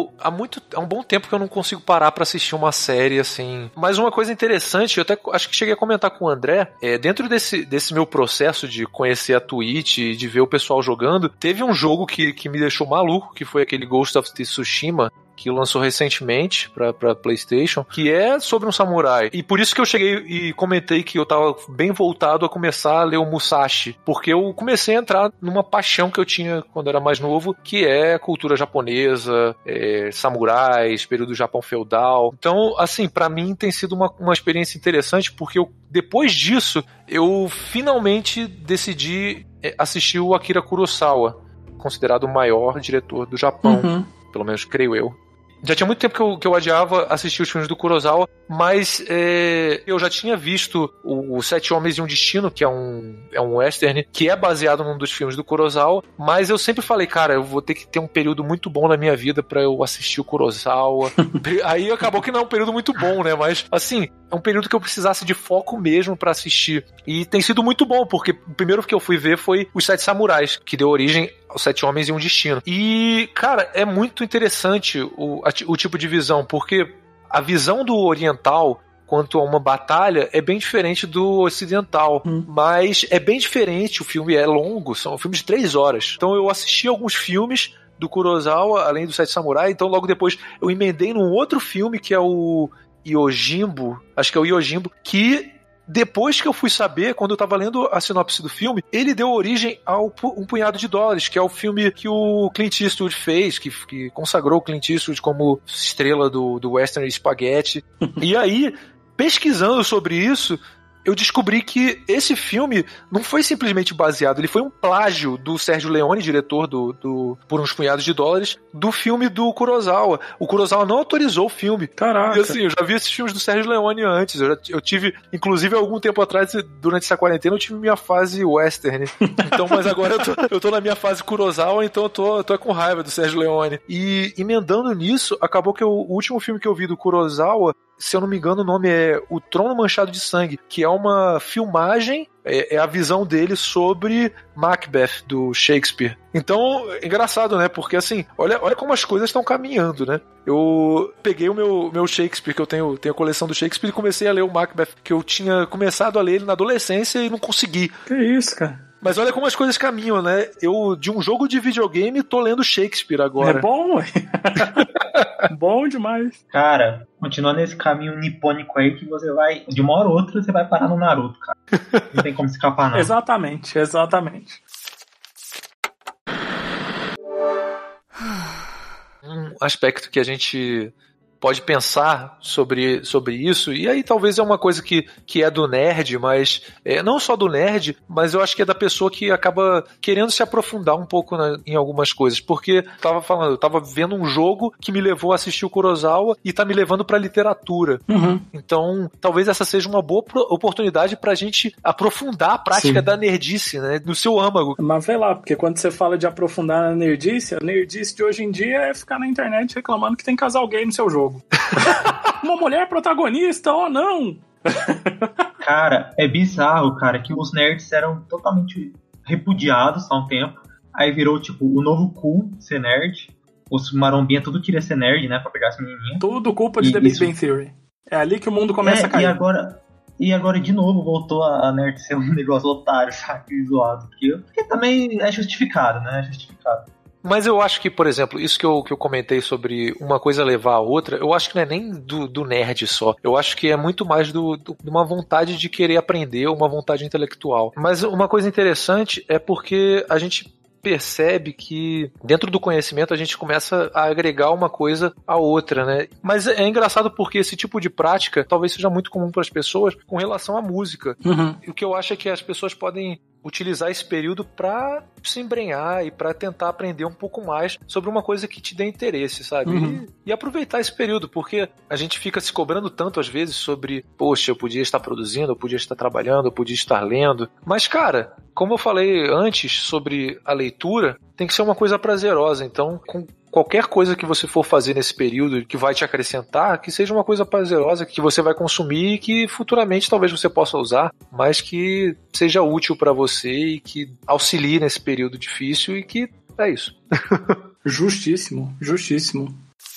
Há um bom tempo que eu não consigo parar pra assistir uma série, assim. Mas uma coisa interessante, eu até acho que cheguei a comentar com o André, dentro desse meu processo de conhecer a Twitch e de ver o pessoal jogando, teve um jogo que me deixou maluco, que foi aquele Ghost of Tsushima, que lançou recentemente pra PlayStation, que é sobre um samurai. E por isso que eu cheguei e comentei que eu tava bem voltado a começar a ler o Musashi, porque eu comecei a entrar numa paixão que eu tinha quando era mais novo, que é cultura japonesa, samurais, período do Japão feudal. Então, assim, pra mim tem sido uma experiência interessante, porque depois disso, eu finalmente decidi assistir o Akira Kurosawa, considerado o maior diretor do Japão, pelo menos creio eu. Já tinha muito tempo que eu adiava assistir os filmes do Kurosawa, mas eu já tinha visto o Sete Homens e um Destino, que é um western, que é baseado num dos filmes do Kurosawa, mas eu sempre falei, cara, eu vou ter que ter um período muito bom na minha vida pra eu assistir o Kurosawa. Aí acabou que não é um período muito bom, né? Mas, assim, é um período que eu precisasse de foco mesmo pra assistir. E tem sido muito bom, porque o primeiro que eu fui ver foi Os Sete Samurais, que deu origem aos Sete Homens e um Destino. E, cara, é muito interessante o tipo de visão, porque a visão do oriental quanto a uma batalha é bem diferente do ocidental, mas é bem diferente, o filme é longo, são filmes de 3 horas. Então eu assisti alguns filmes do Kurosawa, além do Sete Samurai, então logo depois eu emendei num outro filme que é o Yojimbo, acho que é o Yojimbo, que depois que eu fui saber, quando eu tava lendo a sinopse do filme, ele deu origem a Um Punhado de Dólares, que é o filme que o Clint Eastwood fez, que consagrou o Clint Eastwood como estrela do western spaghetti. E aí, pesquisando sobre isso, eu descobri que esse filme não foi simplesmente baseado, ele foi um plágio do Sérgio Leone, diretor do Por Uns Punhados de Dólares, do filme do Kurosawa. O Kurosawa não autorizou o filme. Caraca. E assim, eu já vi esses filmes do Sérgio Leone antes. Eu tive, inclusive, algum tempo atrás, durante essa quarentena, eu tive minha fase western. Então, mas agora eu tô na minha fase Kurosawa, então eu tô com raiva do Sérgio Leone. E emendando nisso, acabou que o último filme que eu vi do Kurosawa, se eu não me engano, o nome é O Trono Manchado de Sangue, que é uma filmagem, é a visão dele sobre Macbeth, do Shakespeare. Então, é engraçado, né? Porque, assim, olha como as coisas estão caminhando, né? Eu peguei o meu Shakespeare, que eu tenho a coleção do Shakespeare, e comecei a ler o Macbeth, que eu tinha começado a ler ele na adolescência e não consegui. Que isso, cara? Mas olha como as coisas caminham, né? Eu, de um jogo de videogame, tô lendo Shakespeare agora. É bom, ué. Bom demais. Cara, continua nesse caminho nipônico aí que você vai, de uma hora ou outra, você vai parar no Naruto, cara. Não tem como escapar, não. Exatamente. Um aspecto que a gente pode pensar sobre isso, e aí talvez é uma coisa que é do nerd, mas não só do nerd, mas eu acho que é da pessoa que acaba querendo se aprofundar um pouco em algumas coisas, porque eu tava vendo um jogo que me levou a assistir o Kurosawa e tá me levando pra literatura. Então, talvez essa seja uma boa oportunidade pra gente aprofundar a prática da nerdice, né, no seu âmago. Mas vê lá, porque quando você fala de aprofundar a nerdice de hoje em dia é ficar na internet reclamando que tem casal gay no seu jogo. Uma mulher protagonista, oh não! Cara, é bizarro, cara, que os nerds eram totalmente repudiados há um tempo. Aí virou, tipo, o novo cool ser nerd. Os marombinha tudo queria ser nerd, né, pra pegar essa menininha. Tudo culpa de The Big Bang Theory. É ali que o mundo começa a cair. E agora de novo voltou a nerd ser um negócio otário, sabe, zoado. Porque também é justificado, né, é justificado. Mas eu acho que, por exemplo, isso que eu comentei sobre uma coisa levar a outra, eu acho que não é nem do nerd só. Eu acho que é muito mais de uma vontade de querer aprender, uma vontade intelectual. Mas uma coisa interessante é porque a gente percebe que dentro do conhecimento a gente começa a agregar uma coisa à outra, né? Mas é engraçado porque esse tipo de prática talvez seja muito comum para as pessoas com relação à música. Uhum. E o que eu acho é que as pessoas podem utilizar esse período para se embrenhar e para tentar aprender um pouco mais sobre uma coisa que te dê interesse, sabe? Uhum. E aproveitar esse período, porque a gente fica se cobrando tanto às vezes sobre, poxa, eu podia estar produzindo, eu podia estar trabalhando, eu podia estar lendo. Mas, cara, como eu falei antes sobre a leitura, tem que ser uma coisa prazerosa. Então, com qualquer coisa que você for fazer nesse período que vai te acrescentar, que seja uma coisa prazerosa, que você vai consumir e que futuramente talvez você possa usar, mas que seja útil para você e que auxilie nesse período difícil e que é isso. Justíssimo, justíssimo.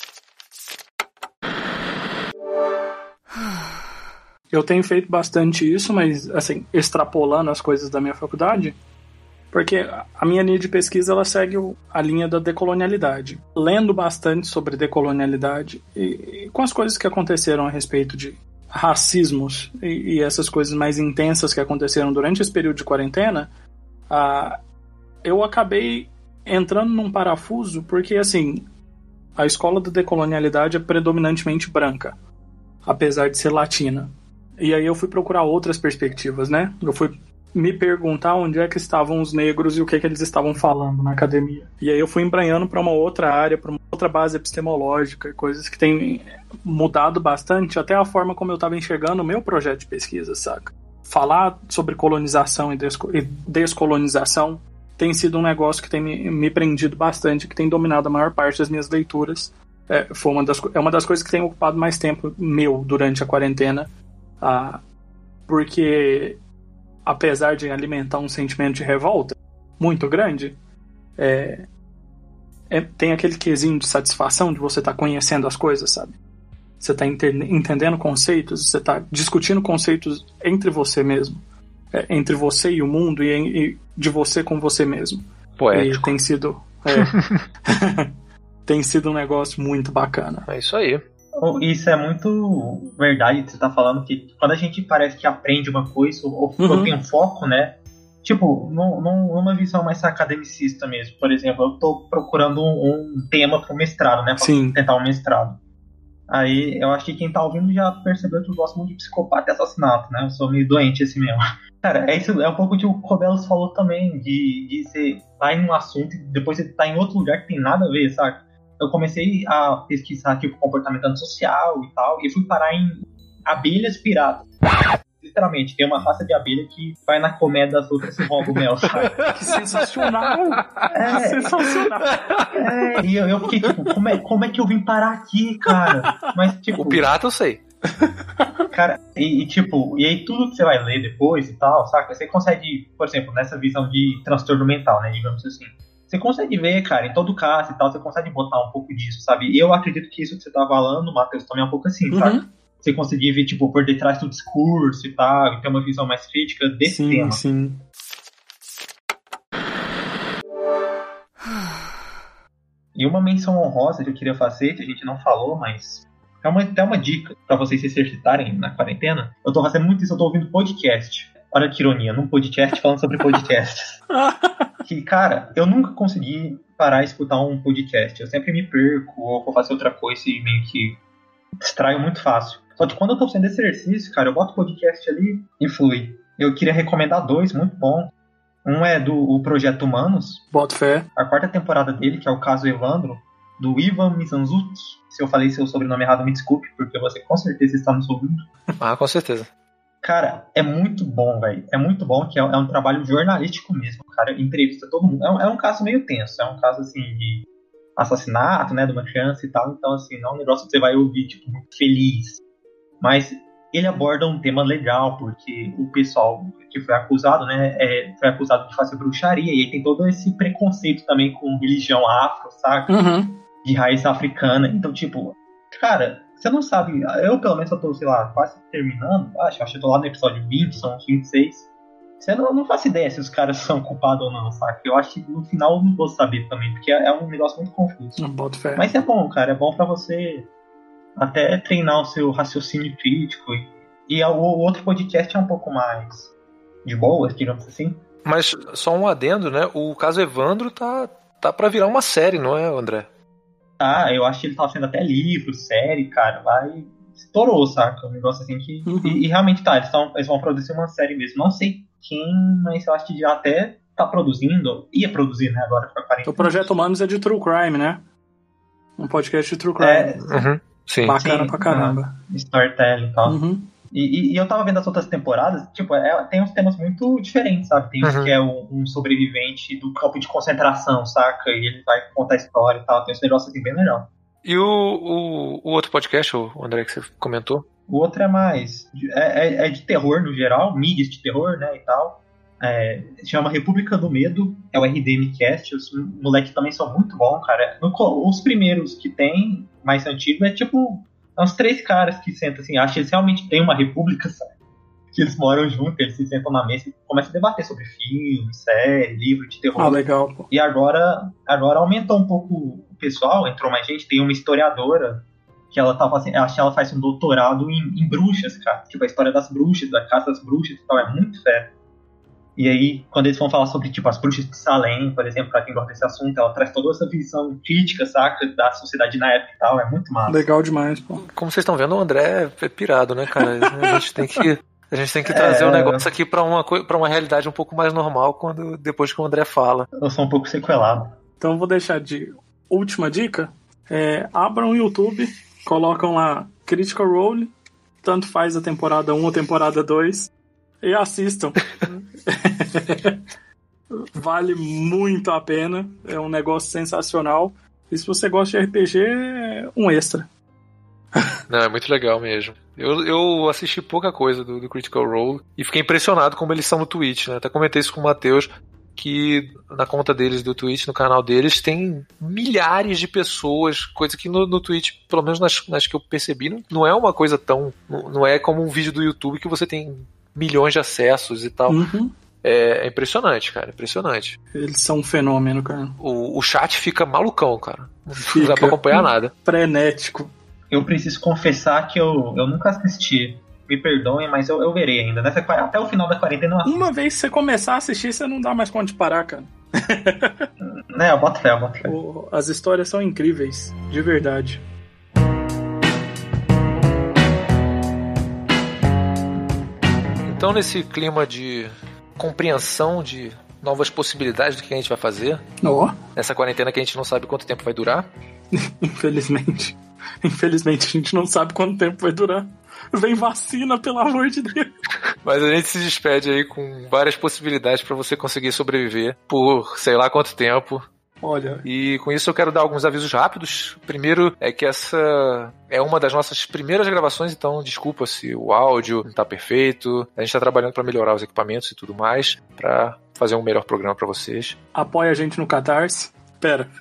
Eu tenho feito bastante isso, mas, assim, extrapolando as coisas da minha faculdade, porque a minha linha de pesquisa ela segue a linha da decolonialidade. Lendo bastante sobre decolonialidade e com as coisas que aconteceram a respeito de racismos e essas coisas mais intensas que aconteceram durante esse período de quarentena, eu acabei entrando num parafuso porque, assim, a escola da decolonialidade é predominantemente branca, apesar de ser latina. E aí eu fui procurar outras perspectivas, né? Eu fui me perguntar onde é que estavam os negros e o que eles estavam falando na academia. E aí eu fui embranhando para uma outra área, para uma outra base epistemológica, coisas que têm mudado bastante, até a forma como eu estava enxergando o meu projeto de pesquisa, saca? Falar sobre colonização e descolonização tem sido um negócio que tem me prendido bastante, que tem dominado a maior parte das minhas leituras. É uma das coisas que tem ocupado mais tempo meu durante a quarentena, porque apesar de alimentar um sentimento de revolta muito grande, tem aquele quesinho de satisfação de você estar conhecendo as coisas, sabe? Você está entendendo conceitos, você está discutindo conceitos entre você mesmo, entre você e o mundo e de você com você mesmo. Poético. E tem sido tem sido um negócio muito bacana. É isso aí. Isso é muito verdade que você tá falando, que quando a gente parece que aprende uma coisa ou tem um foco, né? Tipo, numa visão mais academicista mesmo. Por exemplo, eu tô procurando um tema pro mestrado, né? Pra tentar um mestrado. Aí eu acho que quem tá ouvindo já percebeu que eu gosto muito de psicopata e assassinato, né? Eu sou meio doente assim mesmo. Cara, é um pouco de o que o Cobelos falou também, de você vai num assunto e depois você tá em outro lugar que tem nada a ver, sabe? Eu comecei a pesquisar tipo comportamento antissocial e tal, e fui parar em abelhas piratas. Literalmente, tem uma raça de abelha que vai na colmeia das outras e rouba o mel, sabe? Que sensacional! Sensacional! E eu fiquei tipo, como é que eu vim parar aqui, cara? Mas, tipo, o pirata eu sei. Cara, e aí tudo que você vai ler depois e tal, saca? Você consegue, por exemplo, nessa visão de transtorno mental, né, digamos assim, você consegue ver, cara, em todo caso e tal, você consegue botar um pouco disso, sabe? E eu acredito que isso que você tá falando, Matheus, também é um pouco assim, sabe? Você conseguir ver, tipo, por detrás do discurso e tal, e ter uma visão mais crítica desse tema. Sim. E uma menção honrosa que eu queria fazer, que a gente não falou, mas é até uma dica pra vocês se exercitarem na quarentena. Eu tô fazendo muito isso, eu tô ouvindo podcast. Olha que ironia, num podcast falando sobre podcasts. Que, cara, eu nunca consegui parar e escutar um podcast. Eu sempre me perco ou vou fazer outra coisa e meio que distraio muito fácil. Só que quando eu tô fazendo esse exercício, cara, eu boto o podcast ali e flui. Eu queria recomendar 2, muito bom. Um é do Projeto Humanos. Boto fé. A 4ª temporada dele, que é o Caso Evandro, do Ivan Mizanzuki. Se eu falei seu sobrenome errado, me desculpe, porque você com certeza está nos ouvindo. Com certeza. Cara, é muito bom, velho. É muito bom, que é um trabalho jornalístico mesmo, cara. Entrevista todo mundo. É um caso meio tenso. É um caso, assim, de assassinato, né, de uma criança e tal. Então, assim, não é um negócio que você vai ouvir, tipo, muito feliz. Mas ele aborda um tema legal, porque o pessoal que foi acusado, né, foi acusado de fazer bruxaria. E aí tem todo esse preconceito também com religião afro, sabe? De raiz africana. Então, tipo, cara, você não sabe. Eu, pelo menos, eu tô, sei lá, quase terminando. Acho que eu tô lá no episódio 20, são uns 26. Você não faz ideia se os caras são culpados ou não, saca? Eu acho que no final eu não vou saber também, porque é um negócio muito confuso. Não boto fé. Mas é bom, cara, é bom pra você até treinar o seu raciocínio crítico. E o outro podcast é um pouco mais de boa, digamos assim. Mas só um adendo, né? O caso Evandro tá pra virar uma série, não é, André? Ah, eu acho que ele tava sendo até livro, série, cara, vai... Estourou, saca? Um negócio assim que... Uhum. E realmente tá, eles vão produzir uma série mesmo. Não sei quem, mas eu acho que já até tá produzindo, ia produzir, né, agora pra 40 O Projeto Humanos é de True Crime, né? Um podcast de True Crime. Uhum. Sim. Bacana pra caramba. Storytelling e tal. Uhum. E eu tava vendo as outras temporadas, tipo, tem uns temas muito diferentes, sabe? Tem uns que é um sobrevivente do campo de concentração, saca? E ele vai contar a história e tal. Tem uns negócios assim bem legal. E o outro podcast, o André, que você comentou? O outro é mais... É de terror, no geral. Mídias de terror, né, e tal. Se chama República do Medo. É o RDMcast. Os moleques também são muito bons, cara. Os primeiros que tem, mais antigo, é tipo... É uns 3 caras que sentam assim, acham que eles realmente têm uma república, sabe? Que eles moram juntos, eles se sentam na mesa e começam a debater sobre filme, série, livro de terror. Ah, legal, pô. E agora aumentou um pouco o pessoal, entrou mais gente. Tem uma historiadora que ela tava assim, acho que ela faz um doutorado em bruxas, cara. Tipo, a história das bruxas, da casa das bruxas e tal, é muito fera. E aí, quando eles vão falar sobre, tipo, as bruxas de Salem, por exemplo, pra quem gosta desse assunto, ela traz toda essa visão crítica, saca, da sociedade na época e tal, é muito massa. Legal demais, pô. Como vocês estão vendo, o André é pirado, né, cara? A gente tem que trazer o negócio aqui pra uma realidade um pouco mais normal depois que o André fala. Eu sou um pouco sequelado. Então eu vou deixar de última dica. Abram o YouTube, colocam lá Critical Role, tanto faz a temporada 1 ou temporada 2, e assistam. Vale muito a pena, é um negócio sensacional. E se você gosta de RPG, é um extra. Não, é muito legal mesmo. Eu assisti pouca coisa do Critical Role e fiquei impressionado como eles são no Twitch, né? Até comentei isso com o Matheus, que na conta deles do Twitch, no canal deles, tem milhares de pessoas, coisa que no Twitch, pelo menos nas que eu percebi, não é uma coisa tão... Não é como um vídeo do YouTube que você tem milhões de acessos e tal. Uhum. É impressionante, cara, impressionante. Eles são um fenômeno, cara. O chat fica malucão, cara. Não dá pra acompanhar nada. Frenético. Eu preciso confessar que eu nunca assisti. Me perdoem, mas eu verei ainda. Até o final da quarentena eu assisto. Uma vez que você começar a assistir, você não dá mais conta de parar, cara. Né, eu boto fé. As histórias são incríveis, de verdade. Então, nesse clima de compreensão de novas possibilidades do que a gente vai fazer, nessa quarentena que a gente não sabe quanto tempo vai durar. Infelizmente a gente não sabe quanto tempo vai durar. Vem vacina, pelo amor de Deus. Mas a gente se despede aí com várias possibilidades para você conseguir sobreviver por sei lá quanto tempo. Olha. E com isso eu quero dar alguns avisos rápidos. O primeiro é que essa é uma das nossas primeiras gravações, então desculpa se o áudio não tá perfeito. A gente tá trabalhando para melhorar os equipamentos e tudo mais, para fazer um melhor programa para vocês. Apoia a gente no Catarse. Pera.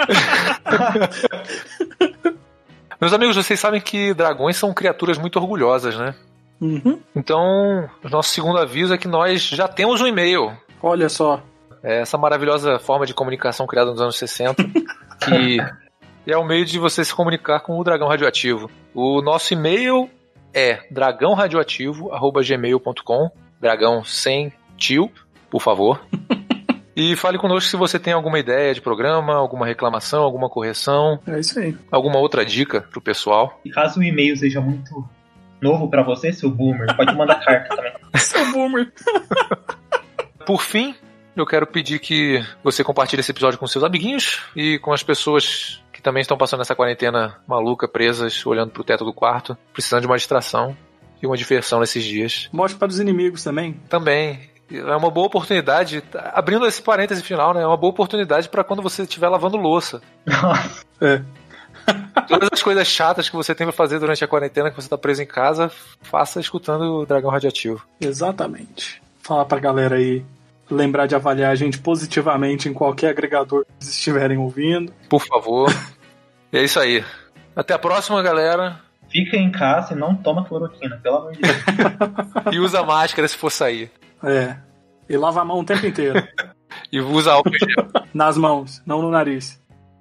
Meus amigos, vocês sabem que dragões são criaturas muito orgulhosas, né? Uhum. Então, o nosso segundo aviso é que nós já temos um e-mail. Olha só. Essa maravilhosa forma de comunicação criada nos anos 60, que é o meio de você se comunicar com o Dragão Radioativo. O nosso e-mail é dragãoradioativo@gmail.com, dragão sem tio, por favor. E fale conosco se você tem alguma ideia de programa, alguma reclamação, alguma correção. É isso aí. Alguma outra dica pro pessoal. E caso o e-mail seja muito novo pra você, seu boomer, pode mandar carta também. Seu boomer. Por fim, eu quero pedir que você compartilhe esse episódio com seus amiguinhos e com as pessoas que também estão passando essa quarentena maluca, presas, olhando pro teto do quarto, precisando de uma distração e uma diversão nesses dias. Mostre para os inimigos também. Também. É uma boa oportunidade, abrindo esse parêntese final, né? É uma boa oportunidade para quando você estiver lavando louça. Todas as coisas chatas que você tem pra fazer durante a quarentena, que você tá preso em casa, faça escutando o Dragão Radioativo. Exatamente. Falar pra galera aí lembrar de avaliar a gente positivamente em qualquer agregador que vocês estiverem ouvindo. Por favor. E é isso aí. Até a próxima, galera. Fica em casa e não toma cloroquina, pelo amor de Deus. E usa máscara se for sair. E lava a mão o tempo inteiro. E usa álcool em gel. Nas mãos, não no nariz.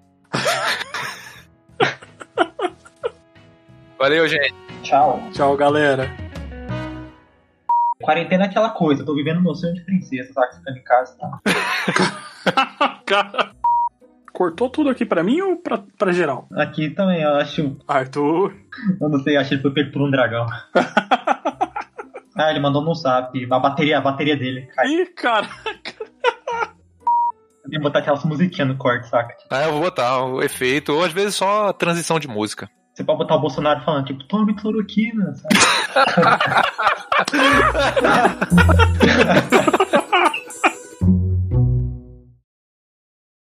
Valeu, gente. Tchau. Tchau, galera. Quarentena é aquela coisa, eu tô vivendo meu sonho de princesa, sabe? Ficando em casa, tá? Cara, cortou tudo aqui pra mim ou pra geral? Aqui também, eu acho. Arthur. Eu não sei, acho que ele foi pego por um dragão. Ele mandou no zap a bateria dele. Ih, caraca. Eu tenho que botar aquelas musiquinhas no corte, saca? Eu vou botar o efeito, ou às vezes só transição de música. Você pode botar o Bolsonaro falando, tipo, tome cloroquina, sabe?